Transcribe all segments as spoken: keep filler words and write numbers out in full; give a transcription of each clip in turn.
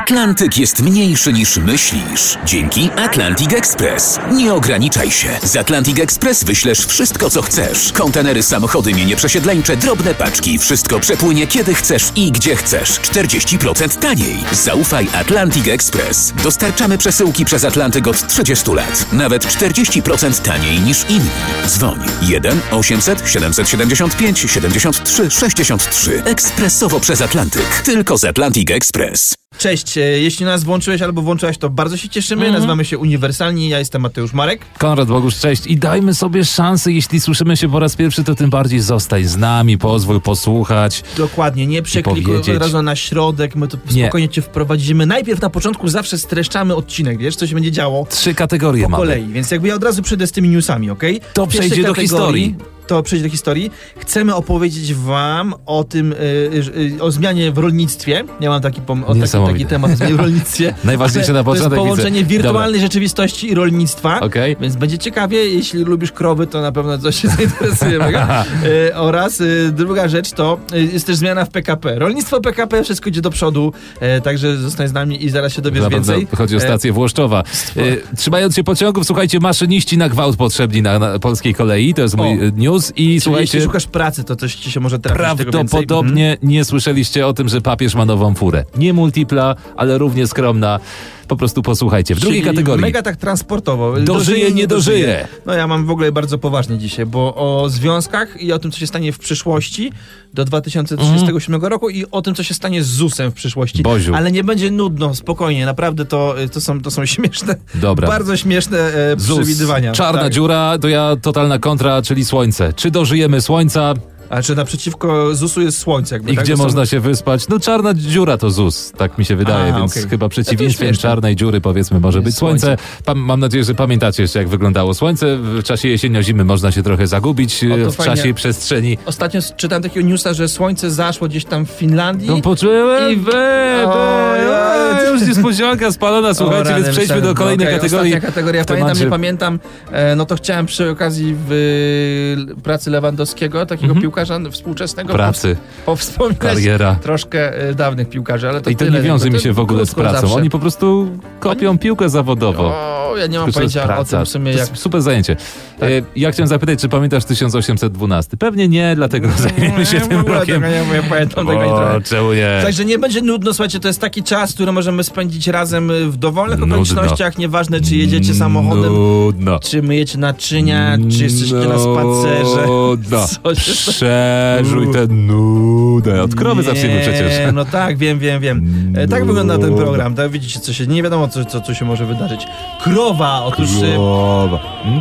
Atlantyk jest mniejszy niż myślisz. Dzięki Atlantic Express. Nie ograniczaj się. Z Atlantic Express wyślesz wszystko, co chcesz. Kontenery, samochody, mienie przesiedleńcze, drobne paczki. Wszystko przepłynie kiedy chcesz i gdzie chcesz. czterdzieści procent taniej. Zaufaj Atlantic Express. Dostarczamy przesyłki przez Atlantyk od trzydziestu lat. Nawet czterdzieści procent taniej niż inni. Dzwoń jeden osiemset siedemset siedemdziesiąt pięć siedemdziesiąt trzy sześćdziesiąt trzy. Ekspresowo przez Atlantyk. Tylko z Atlantic Express. Cześć, jeśli nas włączyłeś albo włączyłaś, to bardzo się cieszymy. Mm-hmm. Nazywamy się Uniwersalni, ja jestem Mateusz Marek. Konrad Bogusz, cześć. I dajmy sobie szansę, jeśli słyszymy się po raz pierwszy, to tym bardziej zostań z nami, pozwól posłuchać. Dokładnie, nie przeklikuj od razu na środek, my to spokojnie cię wprowadzimy. Najpierw na początku zawsze streszczamy odcinek, wiesz, co się będzie działo. Trzy kategorie po mamy. kolei, więc jakby ja od razu przyjdę z tymi newsami, okej? Okay? To przejdzie do historii. To przejdzie do historii. Chcemy opowiedzieć wam o tym, yy, yy, o zmianie w rolnictwie. Ja mam taki, pom- o taki, taki temat o zmianie w rolnictwie. Najważniejsze na początek. To jest połączenie widzę. wirtualnej Dobra. rzeczywistości i rolnictwa. Okay. Więc będzie ciekawie. Jeśli lubisz krowy, to na pewno coś się zainteresuje. yy, oraz yy, druga rzecz to yy, jest też zmiana w P K P. Rolnictwo P K P, wszystko idzie do przodu. Yy, także zostań z nami i zaraz się dowiesz więcej. Chodzi o stację Włoszczowa. Yy, trzymając się pociągów, słuchajcie, maszyniści na gwałt potrzebni na, na polskiej kolei. To jest mój o. news. I Czyli słuchajcie, jeśli szukasz pracy, to coś ci się może trafić. Prawdopodobnie hmm. nie słyszeliście o tym, że papież ma nową furę. Nie multipla, ale równie skromna. Po prostu posłuchajcie. W drugiej Czyli kategorii. mega tak transportowo. Dożyje, nie dożyje. No ja mam w ogóle bardzo poważnie dzisiaj, bo o związkach i o tym, co się stanie w przyszłości do dwa tysiące trzydziestego siódmego mm. roku i o tym, co się stanie z zusem w przyszłości. Boziu. Ale nie będzie nudno, spokojnie. Naprawdę to, to, są, to są śmieszne, Dobra. bardzo śmieszne e, przewidywania. Czarna tak. dziura, to ja totalna kontra, czyli słońce. Czy dożyjemy słońca? A czy naprzeciwko zusu jest słońce? Jakby, I tak? gdzie To są... można się wyspać? No czarna dziura to Z U S, tak mi się wydaje, A, więc okay. chyba przeciwieństwem ja czarnej dziury powiedzmy może być słońce. słońce. Pa- mam nadzieję, że pamiętacie jeszcze jak wyglądało słońce. W czasie jesienio-zimy można się trochę zagubić o, w fajnie. czasie i przestrzeni. Ostatnio czytałem takiego newsa, że słońce zaszło gdzieś tam w Finlandii. No poczułem i we, we, już niespodzianka spalona, słuchajcie, rany, więc przejdźmy do kolejnej okay, kategorii. Ostatnia kategoria, pamiętam, nie pamiętam, e, no to chciałem przy okazji w pracy Lewandowskiego, takiego mm-hmm. piłkarza współczesnego pracy, powspominać kariera. troszkę e, dawnych piłkarzy, ale to i to tyle, nie wiąże mi się w ogóle z pracą. zawsze. Oni po prostu kopią Oni... piłkę zawodowo. O, ja nie mam pojęcia o tym w sumie. To jak... jest super zajęcie. Tak. E, ja chciałem zapytać, czy pamiętasz tysiąc osiemset dwunasty? Pewnie nie, dlatego zajmiemy się tym rokiem. Tego nie, ja pamiętam tego o, czemu nie? Także nie będzie nudno, słuchajcie, to jest taki czas, który możemy spędzić razem w dowolnych Nudno. okolicznościach, nieważne czy jedziecie samochodem, Nudno. czy myjecie naczynia, czy jesteście na spacerze. Nudno. Przeżuj tę nudę. Od krowy nie, zaczniemy przecież. No tak, wiem, wiem, wiem. E, tak wygląda ten program, tak? Widzicie, co się, nie wiadomo, co, co, co się może wydarzyć. Krowa, otóż... Krowa. Hmm?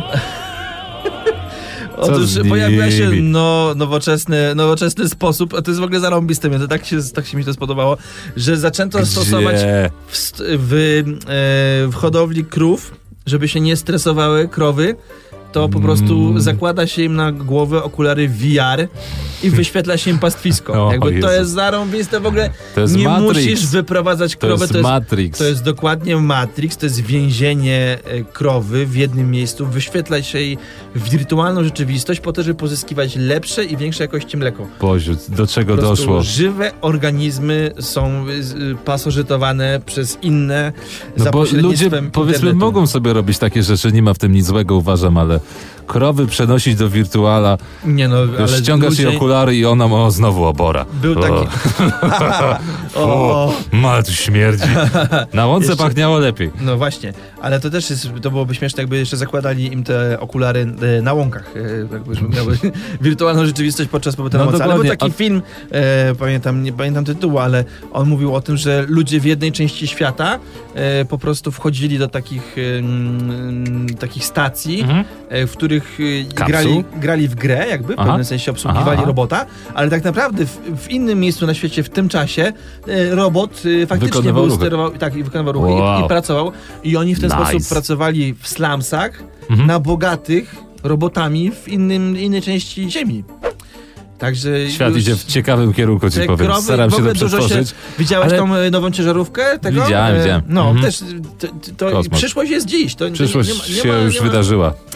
Otóż pojawiła się no, nowoczesny, nowoczesny sposób, a to jest w ogóle zarąbiste, to tak się, tak się mi to spodobało, że zaczęto Gdzie? stosować w, w, e, w hodowli krów, żeby się nie stresowały krowy, to po prostu mm. zakłada się im na głowę okulary V R i wyświetla się im pastwisko. O, Jakby Jezu. to jest zarąbiste w ogóle. To jest nie Matrix. musisz wyprowadzać krowę. To jest, to jest Matrix. To jest dokładnie Matrix, to jest więzienie krowy w jednym miejscu. Wyświetla się jej wirtualną rzeczywistość po to, żeby pozyskiwać lepsze i większej jakości mleko. Boziu, do czego po doszło? Żywe organizmy są pasożytowane przez inne no za bo ludzie, powiedzmy, internetu. mogą sobie robić takie rzeczy, nie ma w tym nic złego, uważam, ale krowy przenosić do wirtuala, nie no, ale ściągasz ludzie... jej okulary i ona ma znowu obora. Był taki... o, o, ma tu śmierdzi. Na łące jeszcze... pachniało lepiej. No właśnie, ale to też jest, to byłoby śmieszne, jakby jeszcze zakładali im te okulary na łąkach, jakby miały wirtualną rzeczywistość podczas pobytu no na łące. Ale był taki A... film, e, pamiętam, nie pamiętam tytułu, ale on mówił o tym, że ludzie w jednej części świata e, po prostu wchodzili do takich, e, takich stacji, mhm. e, w których grali, grali w grę, jakby w Aha. pewnym sensie obsługiwali Aha. robota, ale tak naprawdę w, w innym miejscu na świecie w tym czasie e, robot e, faktycznie był sterował, tak, i wykonywał ruchy wow. i, i pracował. I oni w ten nice. sposób pracowali w slumsach mhm. na bogatych robotami w innym, innej części ziemi. Także świat idzie w ciekawym kierunku, ci powiem. Krowy, Staram się to przetworzyć. Się, widziałeś ale... tą nową ciężarówkę? Tego? Widziałem, widziałem. No, mhm. też to, to przyszłość jest dziś. To przyszłość nie, nie ma, nie się ma, już nie ma... wydarzyła.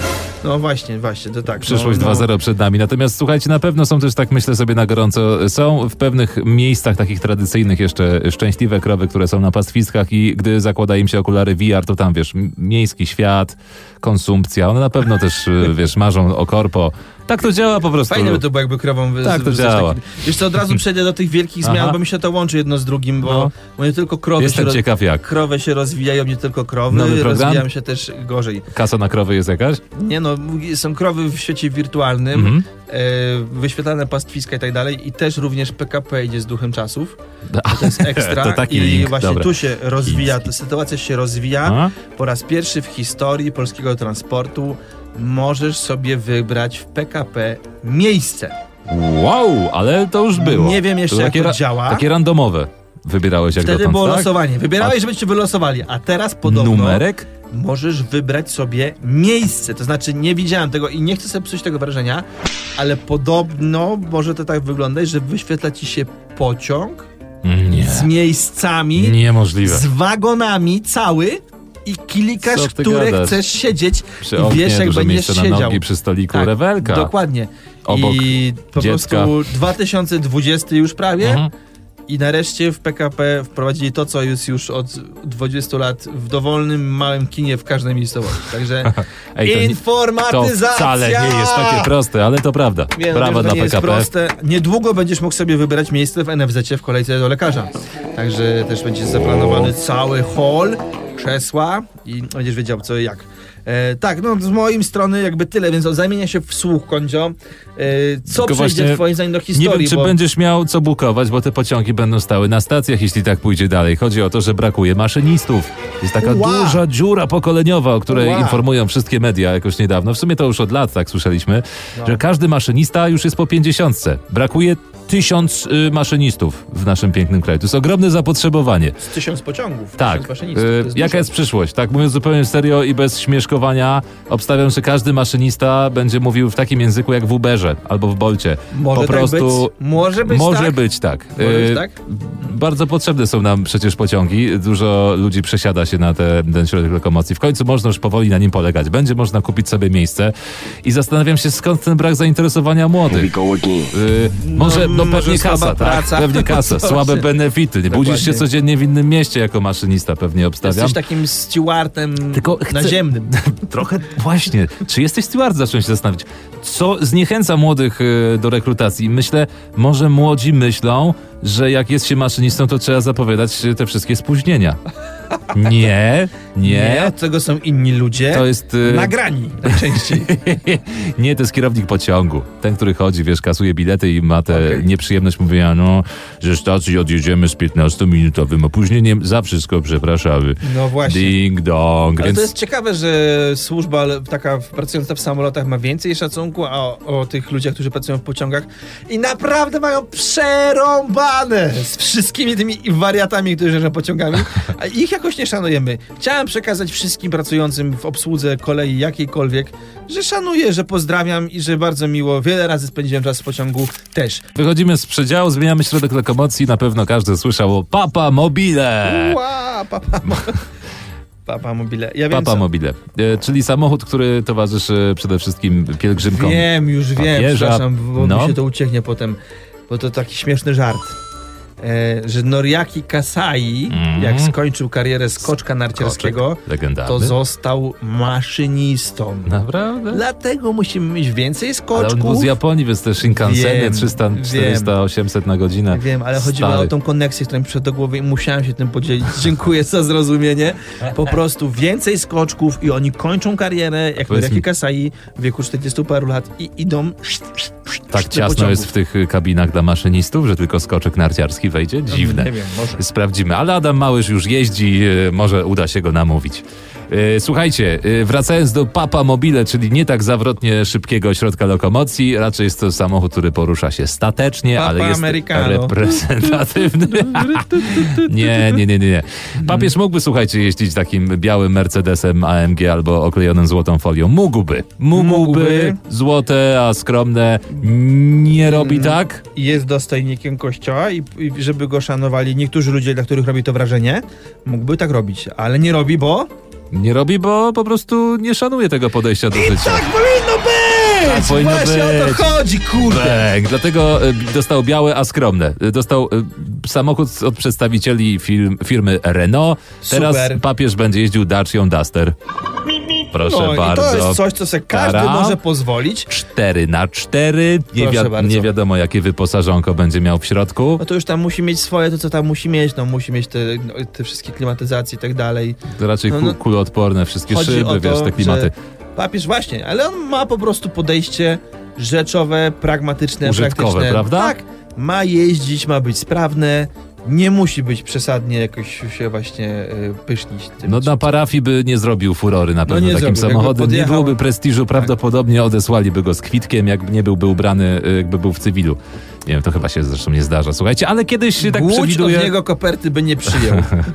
No właśnie, właśnie, to tak. Przyszłość no, dwa no. zero przed nami. Natomiast słuchajcie, na pewno są też, tak myślę sobie na gorąco, są w pewnych miejscach takich tradycyjnych jeszcze szczęśliwe krowy, które są na pastwiskach i gdy zakłada im się okulary V R, to tam wiesz, miejski świat, konsumpcja, one na pewno też, wiesz, marzą o korpo. Tak to działa po prostu. Fajnie by to było, jakby krową... Tak to działa. Taki... Wiesz co, od razu przejdę do tych wielkich zmian, Aha. bo mi się to łączy jedno z drugim, bo, No. bo nie tylko krowy Jestem się, ciekaw jak. krowy się rozwijają, nie tylko krowy, Nowy program? rozwijają się też gorzej. Kasa na krowy jest jakaś? Nie no, są krowy w świecie wirtualnym, Mhm. e, wyświetlane pastwiska i tak dalej i też również P K P idzie z duchem czasów. To jest ekstra. To taki i link, właśnie dobra. tu się rozwija, ta sytuacja się rozwija. A? Po raz pierwszy w historii polskiego transportu możesz sobie wybrać w P K P miejsce. Wow, ale to już było. Nie wiem jeszcze, To jak takie to ra- działa. Takie randomowe wybierałeś jak Wtedy dotąd, było tak? losowanie. Wybierałeś, A- żebyście wylosowali, a teraz podobno Numerek? możesz wybrać sobie miejsce. To znaczy, nie widziałem tego i nie chcę sobie psuć tego wrażenia, ale podobno może to tak wyglądać, że wyświetla ci się pociąg Nie. z miejscami, Niemożliwe. z wagonami cały i klikasz, Co ty które gadasz? chcesz siedzieć Przy i oknie, wiesz, jak dużo będziesz miejsca na siedział. nogi, przy stoliku, Tak, rewelka. Dokładnie. Obok I po dziecka. prostu dwa tysiące dwudziesty już prawie Mhm. i nareszcie w P K P wprowadzili to, co jest już od dwudziestu lat w dowolnym, małym kinie w każdej miejscowości. Także Ej, to, nie, to informatyzacja! wcale nie jest takie proste, ale to prawda. Nie, no, Brawa wiem, dla to nie jest P K P. proste. Niedługo będziesz mógł sobie wybrać miejsce w N F Z-cie w kolejce do lekarza. Także też będzie zaplanowany cały hall, krzesła i będziesz wiedział co i jak. E, tak, no z mojej strony jakby tyle, więc zamienia się w słuch, Kondzio. E, co Tylko przejdzie właśnie twoim zdaniem do historii? Nie wiem, czy bo... będziesz miał co bukować, bo te pociągi będą stały na stacjach, jeśli tak pójdzie dalej. Chodzi o to, że brakuje maszynistów. Jest taka Ła! duża dziura pokoleniowa, o której Ła! informują wszystkie media jakoś niedawno. W sumie to już od lat tak słyszeliśmy, No. że każdy maszynista już jest po pięćdziesiątce. Brakuje tysiąc y, maszynistów w naszym pięknym kraju. To jest ogromne zapotrzebowanie. Z tysiąc pociągów. Tak. Tysiąc maszynistów, Y, to jest jaka dużo. jest przyszłość? Tak, mówiąc zupełnie serio i bez śmieszkowania, obstawiam, że każdy maszynista będzie mówił w takim języku jak w Uberze albo w Bolcie. Może po tak prostu być. Może być może tak. być tak. Może Y, być tak. Bardzo potrzebne są nam przecież pociągi. Dużo ludzi przesiada się na te, ten środek lokomocji. W końcu można już powoli na nim polegać. Będzie można kupić sobie miejsce i zastanawiam się, skąd ten brak zainteresowania młodych. Y, może, no, No, może pewnie słaba kasa, tak? praca. Pewnie kasa, Coś. słabe benefity. Nie budzisz się Dokładnie. codziennie w innym mieście jako maszynista, pewnie obstawiam. Jesteś takim stewardem Tylko chcę- naziemnym. Trochę właśnie. Czy jesteś steward? Zacząłem się zastanowić. Co zniechęca młodych y, do rekrutacji? Myślę, może młodzi myślą, że jak jest się maszynistą, to trzeba zapowiadać y, te wszystkie spóźnienia. Nie, nie. Od tego są inni ludzie. To jest... y, Nagrani najczęściej. Nie, to jest kierownik pociągu. Ten, który chodzi, wiesz, kasuje bilety i ma tę Okej. nieprzyjemność mówienia, no, że stacji odjedziemy z piętnastominutowym opóźnieniem. Za wszystko przepraszamy. No właśnie. Ding dong. Ale Więc to jest ciekawe, że służba taka pracująca w samolotach ma więcej szacunku, a o, o tych ludziach, którzy pracują w pociągach i naprawdę mają przerąbane z wszystkimi tymi wariatami, którzy jeżdżą pociągami, a ich jakoś nie szanujemy. Chciałem przekazać wszystkim pracującym w obsłudze kolei jakiejkolwiek, że szanuję, że pozdrawiam i że bardzo miło. Wiele razy spędziłem czas w pociągu też. wychodzimy z przedziału, zmieniamy środek lokomocji. Na pewno każdy słyszał o Papa Mobile. Ła, papa, mo- papa mobile. Ja wiem, Papa co. Mobile, e, czyli samochód, który towarzyszy przede wszystkim pielgrzymkom. Wiem, już wiem, papieża. przepraszam, bo No. mi się to ucieknie potem, bo to taki śmieszny żart. E, że Noriaki Kasai, Mhm. jak skończył karierę skoczka narciarskiego, Legendarny. to został maszynistą. Naprawdę? Dlatego musimy mieć więcej Ale on był skoczków. z Japonii, więc te Shinkanseny Wiem, trzysta, czterysta, osiemset na godzinę. Wiem, ale chodzi mi Stary. o tą koneksję, która mi przyszła do głowy i musiałem się tym podzielić. Dziękuję za zrozumienie. Po prostu więcej skoczków i oni kończą karierę, jak Powiedz Noriaki mi- Kasai w wieku czterdziestu paru lat i idą Tak do ciasno pociągów. jest w tych y, kabinach dla maszynistów, że tylko skoczek narciarski wejdzie? Dziwne. Nie wiem, może. Sprawdzimy. Ale Adam Małysz już jeździ, y, może uda się go namówić. Y, Słuchajcie, y, wracając do Papa Mobile, czyli nie tak zawrotnie szybkiego środka lokomocji, raczej jest to samochód, który porusza się statecznie, Papa ale jest Americano. reprezentatywny. nie, nie, nie, nie, nie. Papież mógłby, słuchajcie, jeździć takim białym Mercedesem A M G albo oklejonym złotą folią. Mógłby. Mógłby. Mógłby. Złote, a skromne. Nie robi tak. Jest dostojnikiem kościoła i, i żeby go szanowali niektórzy ludzie, dla których robi to wrażenie, mógłby tak robić, ale nie robi, bo... Nie robi, bo po prostu nie szanuje tego podejścia do życia. Tak powinno być! powinno Właśnie być. o to chodzi, kurde! Bang. Dlatego y, dostał białe, a skromne. Y, Dostał y, samochód od przedstawicieli firm, firmy Renault. Teraz Super. papież będzie jeździł Dacią Duster. Proszę No bardzo. i to jest coś, co sobie każdy Tara. może pozwolić. cztery na cztery. Nie, Proszę wi- bardzo. nie wiadomo, jakie wyposażonko będzie miał w środku. No to już tam musi mieć swoje, to co tam musi mieć, no musi mieć te, no, te wszystkie klimatyzacje i tak dalej. To raczej No, ku- no. kuloodporne, wszystkie Chodzi szyby, o to, wiesz, te klimaty. że papież właśnie, ale on ma po prostu podejście rzeczowe, pragmatyczne, Użytkowe, praktyczne. prawda? Tak, ma jeździć, ma być sprawne, nie musi być przesadnie jakoś się właśnie y, pysznić tym. No na parafii by nie zrobił furory na No pewno nie takim zrobił, samochodem. jakby Nie podjechał- byłoby prestiżu, prawdopodobnie odesłaliby go z kwitkiem, jak nie byłby ubrany, y, jakby był w cywilu. Nie wiem, to chyba się zresztą nie zdarza. Słuchajcie, ale kiedyś się tak Głódź przewiduje... od niego koperty by nie przyjął.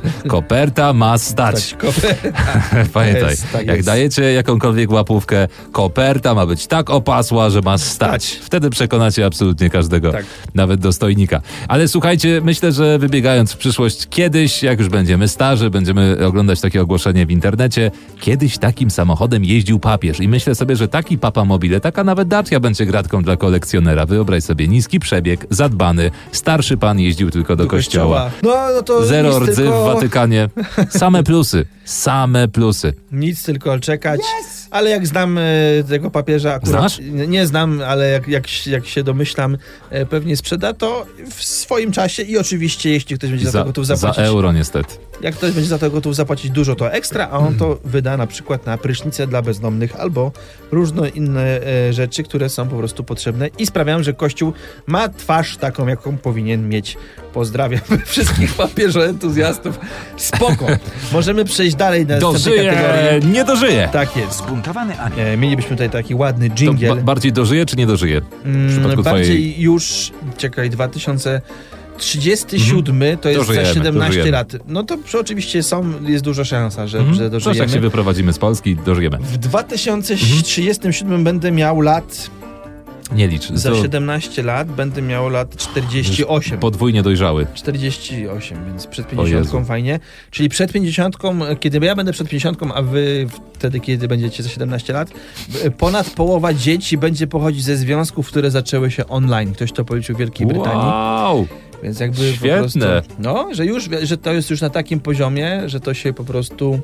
Koperta ma stać. Tak, koperta. Pamiętaj, jest, tak jak jest. dajecie jakąkolwiek łapówkę, koperta ma być tak opasła, że ma stać. Stać. Wtedy przekonacie absolutnie każdego, Tak. nawet dostojnika. Ale słuchajcie, myślę, że wybiegając w przyszłość, kiedyś, jak już będziemy starzy, będziemy oglądać takie ogłoszenie w internecie, kiedyś takim samochodem jeździł papież i myślę sobie, że taki Papa Mobile, taka nawet Dacia będzie gratką dla kolekcjonera. Wyobraź sobie, niski przebieg, zadbany, starszy pan jeździł tylko do, Do kościoła. No, no to Zero nic rdzy tylko, w Watykanie. Same plusy. Same plusy. Nic tylko czekać. Ale jak znam e, tego papieża akurat... Znasz? Nie, nie znam, ale jak, jak, jak się domyślam, e, pewnie sprzeda to w swoim czasie i oczywiście jeśli ktoś będzie za, to gotów za zapłacić... euro niestety. Jak ktoś będzie za to gotów zapłacić dużo, to ekstra, a on to wyda na przykład na prysznice dla bezdomnych albo różne inne e, rzeczy, które są po prostu potrzebne i sprawiają, że Kościół ma twarz taką, jaką powinien mieć. Pozdrawiam wszystkich papieżoentuzjastów. Spoko. Możemy przejść dalej na następne Dożyje, kategorie. nie dożyje. Tak jest. Zbuntowany Aniel. E, mielibyśmy tutaj taki ładny To dżingiel. ba- bardziej dożyje, czy nie dożyje? W przypadku Mm, bardziej twojej... już, czekaj, dwa tysiące trzydziesty siódmy to jest Dożyjemy, za siedemnaście dożyjemy. lat. No to przy- oczywiście są, jest duża szansa, że, Mhm. że Coś dożyjemy. jak się wyprowadzimy z Polski, dożyjemy. W dwa tysiące trzydziestym siódmym będę miał lat, Nie licz. za To siedemnaście lat będę miał lat czterdzieści osiem. podwójnie dojrzały. czterdzieści osiem, więc przed O Jezu. pięćdziesiątką fajnie. Czyli przed pięćdziesiątką, kiedy ja będę przed pięćdziesiątką, a wy wtedy, kiedy będziecie za siedemnaście lat, ponad połowa dzieci będzie pochodzić ze związków, które zaczęły się online. Ktoś to policzył w Wielkiej Brytanii. Wow! Więc jakby Świetne. po prostu, no, że już, że to jest już na takim poziomie, że to się po prostu,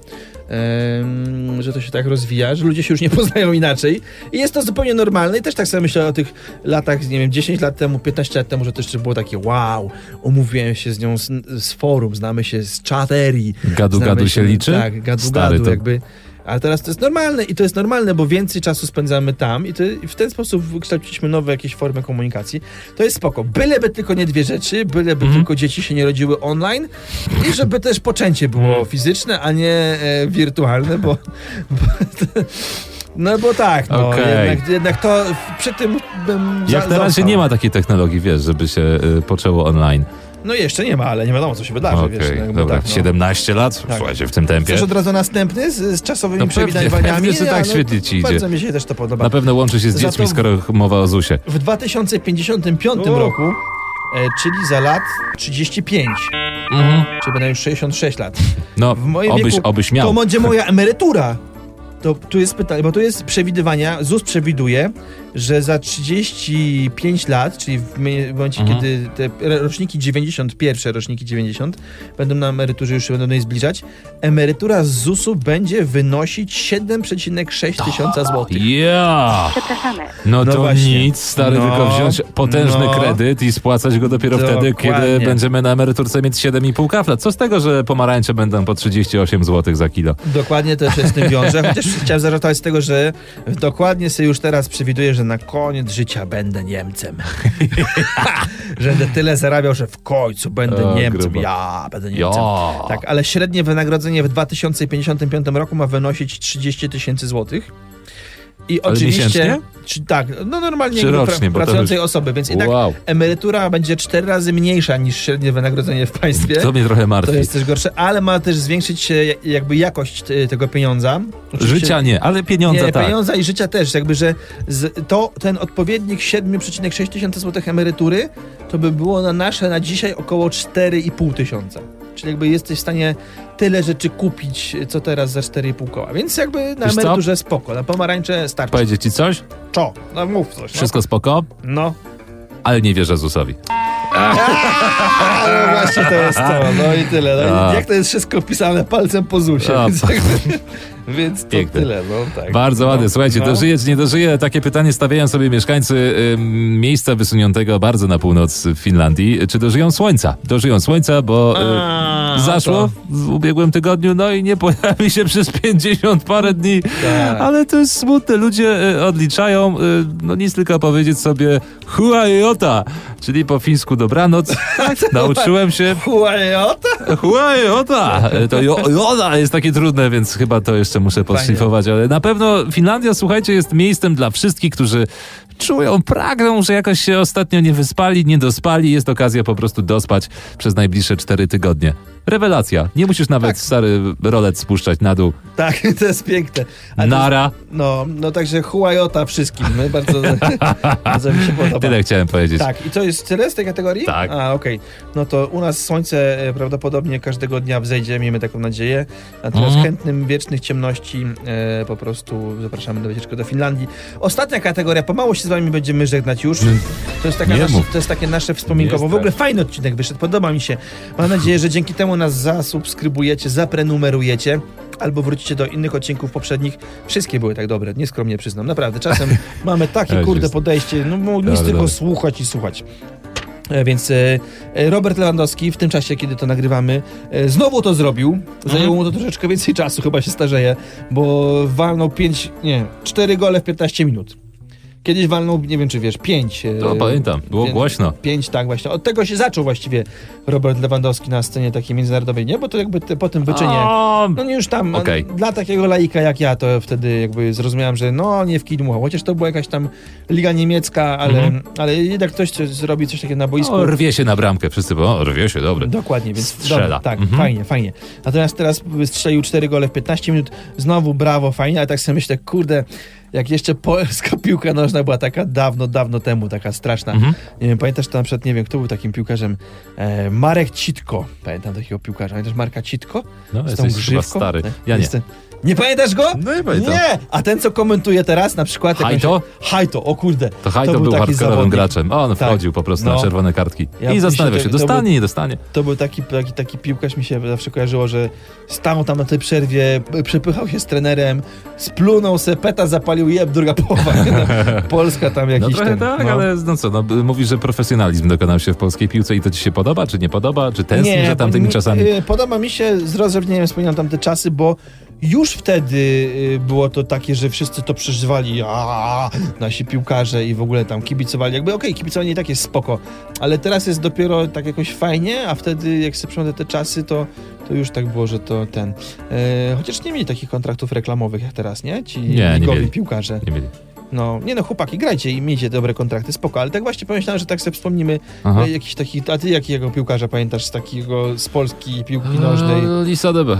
em, że to się tak rozwija, że ludzie się już nie poznają inaczej i jest to zupełnie normalne i też tak sobie myślę o tych latach, nie wiem, dziesięć lat temu, piętnaście lat temu, że to jeszcze było takie wow, umówiłem się z nią z, z forum, znamy się z czaterii. Gadu znamy gadu się liczy? Tak, gadu Stary, gadu to- jakby. Ale teraz to jest normalne i to jest normalne, bo więcej czasu spędzamy tam i, to, i w ten sposób wykształciliśmy nowe jakieś formy komunikacji. To jest spoko. Byleby tylko nie dwie rzeczy, byleby Mhm. tylko dzieci się nie rodziły online i żeby też poczęcie było Mhm. fizyczne, a nie e, wirtualne, bo... bo no bo tak, no Okej. jednak, jednak to przy tym bym Jak za, na razie został. nie ma takiej technologii, wiesz, żeby się y, poczęło online. No jeszcze nie ma, ale nie wiadomo co się wydarzy, Okej, wiesz. No, jakby dobra. tak, no. siedemnaście lat? Tak. Słuchajcie, w tym tempie. Chcesz od razu następny z, z czasowymi No pewnie, przewidywaniami? pewnie, że tak, no, świetnie ci idzie. Bardzo mi się też to podoba. Na pewno łączy się z Za dziećmi, to- skoro mowa o zusie. W dwa tysiące pięćdziesiątym piątym O. roku, e, czyli za lat trzydzieści pięć, Mhm. czyli będę już sześćdziesiąt sześć lat. No, W moim obyś, wieku obyś to miał. będzie moja emerytura. To tu jest pytanie, bo tu jest przewidywania, ZUS przewiduje, że za trzydzieści pięć lat, czyli w mie- w momencie, Mhm. kiedy te roczniki dziewięćdziesiąt, pierwsze roczniki dziewięćdziesiąt będą na emeryturze, już się będą do niej zbliżać, emerytura z zusu będzie wynosić siedem przecinek sześć tysiąca złotych. Ja! Przepraszamy. No, No to właśnie. nic, stary, No, tylko wziąć potężny no. kredyt i spłacać go dopiero wtedy, kiedy Dokładnie. będziemy na emeryturce mieć siedem i pół kafla. Co z tego, że pomarańcze będą po trzydzieści osiem złotych za kilo? Dokładnie to się z tym wiąże, chociaż chciałem zażartować z tego, że dokładnie sobie już teraz przewiduję, że na koniec życia będę Niemcem. Że będę tyle zarabiał, że w końcu będę O, Niemcem. grubo. Ja będę Niemcem. Ja. Tak, ale średnie wynagrodzenie w dwa tysiące pięćdziesiątym piątym roku ma wynosić trzydzieści tysięcy złotych. I Ale oczywiście... miesięcznie? Czy, tak, no normalnie Czy jakby rocznie, bo to pracującej już- osoby, więc jednak Wow. emerytura będzie cztery razy mniejsza niż średnie wynagrodzenie w państwie. To mnie trochę martwi. To jest też gorsze, ale ma też zwiększyć się jakby jakość t- tego pieniądza. Oczywiście- Życia nie, ale pieniądze nie, tak. pieniądza i życia też, jakby, że z, to ten odpowiednik siedem przecinek sześć tysiąca złotych emerytury, to by było na nasze na dzisiaj około cztery i pół tysiąca. Czyli jakby jesteś w stanie tyle rzeczy kupić, co teraz za cztery i pół koła. Więc jakby na Wiesz emeryturze co? spoko. Na pomarańcze starczy. Powiedzieć ci coś? Czo? No mów coś. Wszystko spoko, No. ale nie wierzę Zusowi. A, no właśnie to jest to. No i tyle. No, A. jak to jest wszystko pisane palcem po zusie. A, Więc, jakby, więc to Piękne. tyle. No, tak. Bardzo no, ładnie. Słuchajcie, no. dożyje czy nie dożyje? Takie pytanie stawiają sobie mieszkańcy ym, miejsca wysuniętego bardzo na północ w Finlandii. Czy dożyją słońca? Dożyją słońca, bo y, A, zaszło to. w ubiegłym tygodniu, no i nie pojawi się przez pięćdziesiąt parę dni. Tak. Ale to jest smutne. Ludzie y, odliczają, y, no nic tylko powiedzieć sobie huajota, czyli po fińsku dobranoc. Nauczyłem się. Huajota? Huajota! To jo- joda jest takie trudne, więc chyba to jeszcze muszę podszlifować, ale na pewno Finlandia, słuchajcie, jest miejscem dla wszystkich, którzy czują, pragną, że jakoś się ostatnio nie wyspali, nie dospali. Jest okazja po prostu dospać przez najbliższe cztery tygodnie. Rewelacja. Nie musisz nawet Tak. stary rolet spuszczać na dół. Tak, to jest piękne. A to Nara. jest, no, no także huajota wszystkim. My bardzo, bardzo mi się podoba. Tyle chciałem powiedzieć. Tak, i to jest tyle z tej kategorii? Tak. A, okej. No to u nas słońce e, prawdopodobnie każdego dnia wzejdzie, miejmy taką nadzieję. Natomiast Mhm. chętnym wiecznych ciemności e, po prostu zapraszamy do wycieczki do Finlandii. Ostatnia kategoria, pomału się z wami będziemy żegnać już. To jest, taka Nie nasze, mów. to jest takie nasze wspominkowo. Nie W ogóle fajny odcinek wyszedł, podoba mi się. Mam nadzieję, że dzięki temu nas zasubskrybujecie, zaprenumerujecie. Albo wrócicie do innych odcinków poprzednich. Wszystkie były tak dobre, nieskromnie przyznam. Naprawdę, czasem mamy takie Ale kurde jest- podejście, no bo nic Ale tylko dobra. słuchać i słuchać. E, Więc e, e, Robert Lewandowski w tym czasie, kiedy to nagrywamy, e, znowu to zrobił. Zajęło mu to troszeczkę więcej czasu, chyba się starzeje, bo walnął pięć, nie, cztery gole w piętnaście minut. Kiedyś walnął, nie wiem czy wiesz, pięć. e, To pamiętam, było pię- głośno. Pięć, tak właśnie. Od tego się zaczął właściwie Robert Lewandowski na scenie takiej międzynarodowej, nie? Bo to jakby te, po tym wyczynie... O, No nie już tam, Okej. dla takiego laika jak ja, to wtedy jakby zrozumiałem, że no nie w kij dmuchał. Chociaż to była jakaś tam liga niemiecka, ale, Mhm. ale jednak ktoś coś zrobi coś takiego na boisku. o, rwie się na bramkę. Wszyscy, bo o, rwie się, dobre. Dokładnie, więc Strzela. dobra, tak, Mhm. fajnie, fajnie. Natomiast teraz strzelił cztery gole w piętnaście minut, znowu brawo, fajnie, ale tak sobie myślę, kurde, jak jeszcze polska piłka nożna była taka dawno, dawno temu, taka straszna. Mhm. Nie wiem, pamiętasz to na przykład, nie wiem, kto był takim piłkarzem? E, Marek Citko. Pamiętam takiego piłkarza. Pamiętasz Marka Citko? No, Z tą jesteś chyba grzywką? stary. Ja nie. Jestem- Nie pamiętasz go? No nie pamiętam. Nie! A ten, co komentuje teraz, na przykład... jak on Hajto? się- Hajto, o kurde. To Hajto był, taki hardkorowym zawodnik. graczem. On Tak. wchodził po prostu No. na czerwone kartki. Ja I mi zastanawiał się się, to- to dostanie, był- nie dostanie. To był taki, taki, taki piłkarz, mi się zawsze kojarzyło, że stał tam na tej przerwie, przepychał się z trenerem, splunął se, peta zapalił, jeb, druga połowa. No, Polska tam No jakiś trochę ten... tak, no. ale no co, no, b- mówisz, że profesjonalizm dokonał się w polskiej piłce i to ci się podoba, czy nie podoba, czy tęsknisz za tamtymi mi- czasami? y, Podoba mi się, z rozrzewnieniem wspominam tamte czasy, bo już wtedy y, było to takie, że wszyscy to przeżywali, a nasi piłkarze i w ogóle tam kibicowali. Jakby okej, kibicowanie i tak jest spoko, ale teraz jest dopiero tak jakoś fajnie, a wtedy jak sobie przypomnę te czasy, to, to już tak było, że to ten... E, chociaż nie mieli takich kontraktów reklamowych jak teraz, nie? Ci Nie, nie ligowi mieli. piłkarze. Nie mieli. No, nie no, chłopaki, grajcie i miejcie dobre kontrakty, spoko, ale tak właśnie pomyślałem, że tak sobie wspomnimy Aha. e, jakiś taki, a ty jakiego piłkarza pamiętasz z takiego, z Polski piłki nożnej? O, Lisa Debe.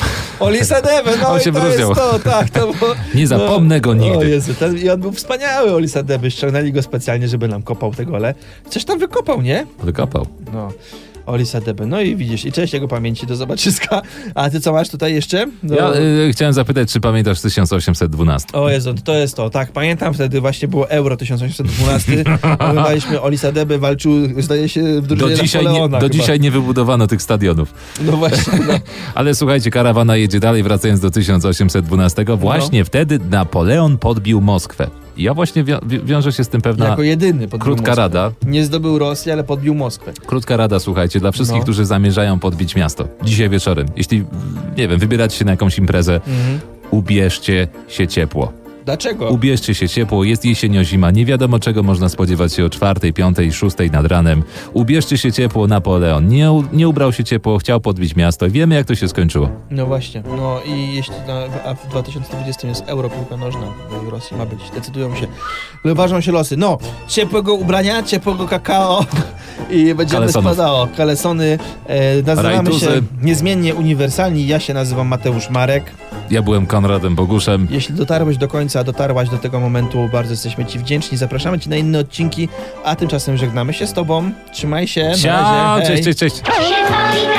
Olisa Debe, no On i się to wrócił. jest to, tak, to było... Nie zapomnę go nigdy. O Jezu, ten, i on był wspaniały, Olisa Debe, ściągnęli go specjalnie, żeby nam kopał te gole. Coś tam wykopał, nie? Wykopał. No. Olisa Debe. No i widzisz, i cześć jego pamięci, do zobaczyska. A ty co masz tutaj jeszcze? No. Ja y, chciałem zapytać, czy pamiętasz tysiąc osiemset dwanaście? O Jezu, to jest to. Tak, pamiętam, wtedy właśnie było Euro tysiąc osiemset dwanaście. Oglądaliśmy Olisa Debe, walczył, zdaje się, w Do, drużynie dzisiaj nie, Napoleona do chyba. dzisiaj nie wybudowano tych stadionów. No właśnie, no. Ale słuchajcie, karawana jedzie dalej, wracając do tysiąc osiemset dwunastego. Właśnie No. wtedy Napoleon podbił Moskwę. I ja właśnie wią- wi- wiąże się z tym pewna Jako jedyny podbił krótka Moskwę. rada. Nie zdobył Rosji, ale podbił Moskwę. Krótka rada, słuchajcie, dla wszystkich, No. którzy zamierzają podbić miasto. Dzisiaj wieczorem. Jeśli, nie wiem, wybieracie się na jakąś imprezę, Mhm. ubierzcie się ciepło. Dlaczego? Ubierzcie się ciepło, jest jesienio zima, nie wiadomo czego można spodziewać się o czwartej, piątej, szóstej nad ranem. Ubierzcie się ciepło, Napoleon. Nie, u- nie ubrał się ciepło, chciał podbić miasto. Wiemy, jak to się skończyło. No właśnie. No i jeśli na, a w dwa tysiące dwudziestym jest Euro piłka nożna w Rosji ma być, decydują się, ważą się losy. No, ciepłego ubrania, ciepłego kakao i będziemy Kalesonów. spadało. Kalesony. E, nazywamy Rajtusy. się niezmiennie uniwersalni. Ja się nazywam Mateusz Marek. Ja byłem Konradem Boguszem. Jeśli dotarłeś do końca, dotarłaś do tego momentu, bardzo jesteśmy Ci wdzięczni. Zapraszamy Cię na inne odcinki, a tymczasem żegnamy się z Tobą. Trzymaj się. Na Ciao, razie. Hej. cześć, cześć, cześć. się